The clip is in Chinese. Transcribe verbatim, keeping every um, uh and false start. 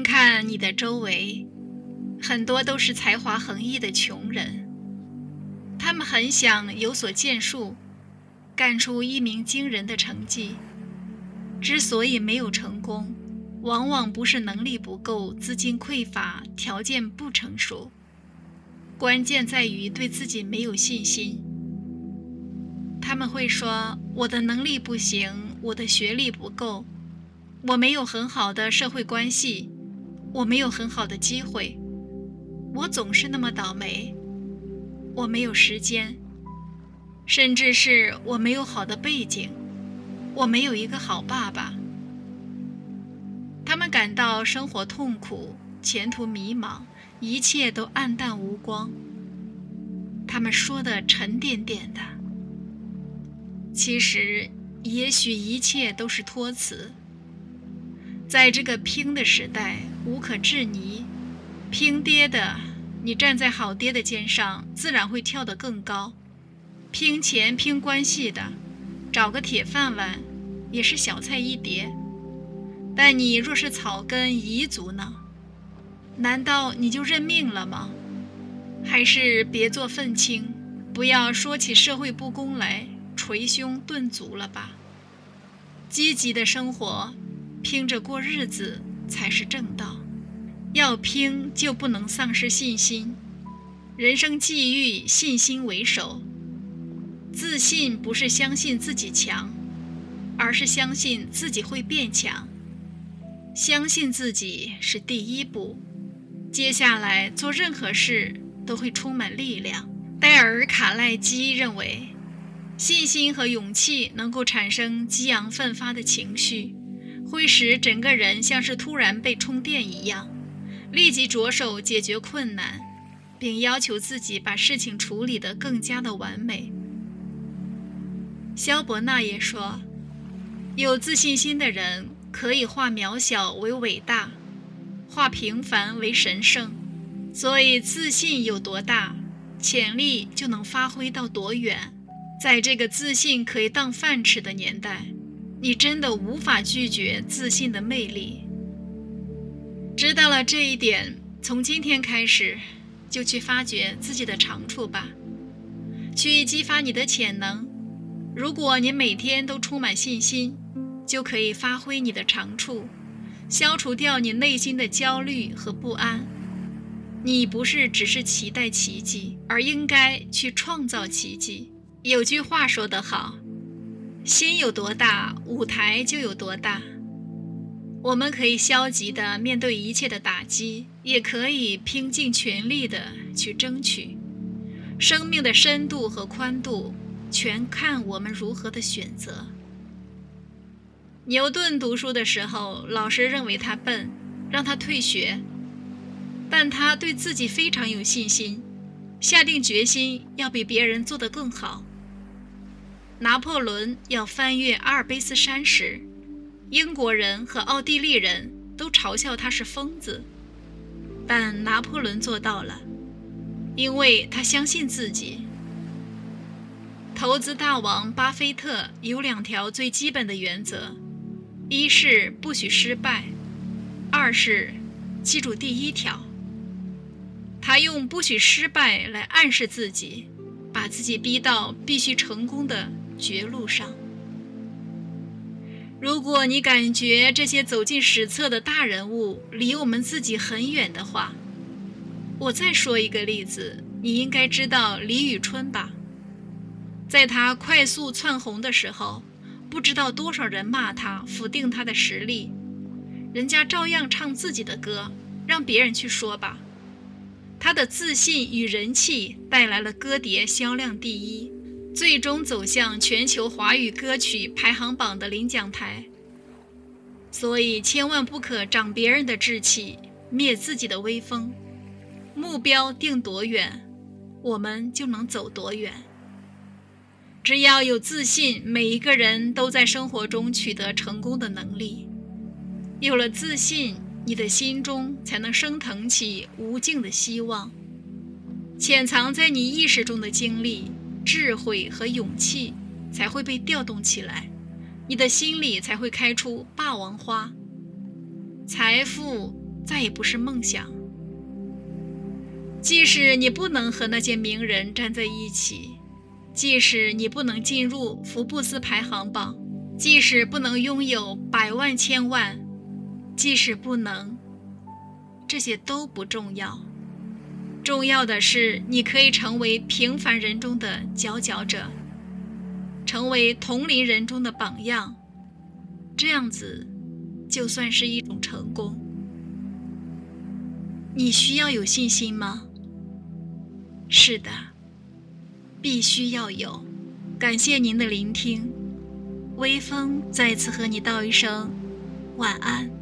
看你的周围，很多都是才华横溢的穷人，他们很想有所建树，干出一鸣惊人的成绩。之所以没有成功，往往不是能力不够、资金匮乏、条件不成熟，关键在于对自己没有信心。他们会说，我的能力不行，我的学历不够，我没有很好的社会关系，我没有很好的机会，我总是那么倒霉，我没有时间，甚至是我没有好的背景，我没有一个好爸爸。他们感到生活痛苦，前途迷茫，一切都暗淡无光。他们说的沉甸甸的，其实也许一切都是托词。在这个拼的时代，无可置疑，拼爹的，你站在好爹的肩上，自然会跳得更高。拼钱拼关系的，找个铁饭碗也是小菜一碟。但你若是草根彝族呢？难道你就认命了吗？还是别做愤青，不要说起社会不公来捶胸顿足了吧。积极的生活，拼着过日子才是正道。要拼就不能丧失信心，人生际遇，信心为首。自信不是相信自己强，而是相信自己会变强。相信自己是第一步，接下来做任何事都会充满力量。戴尔·卡耐基认为，信心和勇气能够产生激昂奋发的情绪，会使整个人像是突然被充电一样，立即着手解决困难，并要求自己把事情处理得更加的完美。萧伯纳也说，有自信心的人可以化渺小为伟大，化平凡为神圣。所以自信有多大，潜力就能发挥到多远。在这个自信可以当饭吃的年代，你真的无法拒绝自信的魅力。知道了这一点，从今天开始就去发掘自己的长处吧，去激发你的潜能。如果你每天都充满信心，就可以发挥你的长处，消除掉你内心的焦虑和不安。你不是只是期待奇迹，而应该去创造奇迹。有句话说得好，心有多大，舞台就有多大。我们可以消极地面对一切的打击，也可以拼尽全力地去争取。生命的深度和宽度，全看我们如何的选择。牛顿读书的时候，老师认为他笨，让他退学，但他对自己非常有信心，下定决心要比别人做得更好。拿破仑要翻越阿尔卑斯山时，英国人和奥地利人都嘲笑他是疯子，但拿破仑做到了，因为他相信自己。投资大王巴菲特有两条最基本的原则，一是不许失败，二是记住第一条。他用不许失败来暗示自己，把自己逼到必须成功的绝路上。如果你感觉这些走进史册的大人物离我们自己很远的话，我再说一个例子，你应该知道李宇春吧？在他快速窜红的时候，不知道多少人骂他，否定他的实力，人家照样唱自己的歌，让别人去说吧。他的自信与人气带来了歌碟销量第一，最终走向全球华语歌曲排行榜的领奖台。所以千万不可长别人的志气，灭自己的威风。目标定多远，我们就能走多远。只要有自信，每一个人都在生活中取得成功的能力。有了自信，你的心中才能升腾起无尽的希望。潜藏在你意识中的精力、智慧和勇气才会被调动起来，你的心里才会开出霸王花。财富再也不是梦想。即使你不能和那些名人站在一起，即使你不能进入福布斯排行榜，即使不能拥有百万千万，即使不能，这些都不重要。重要的是你可以成为平凡人中的佼佼者，成为同龄人中的榜样，这样子就算是一种成功。你需要有信心吗？是的，必须要有。感谢您的聆听，微风再次和你道一声晚安。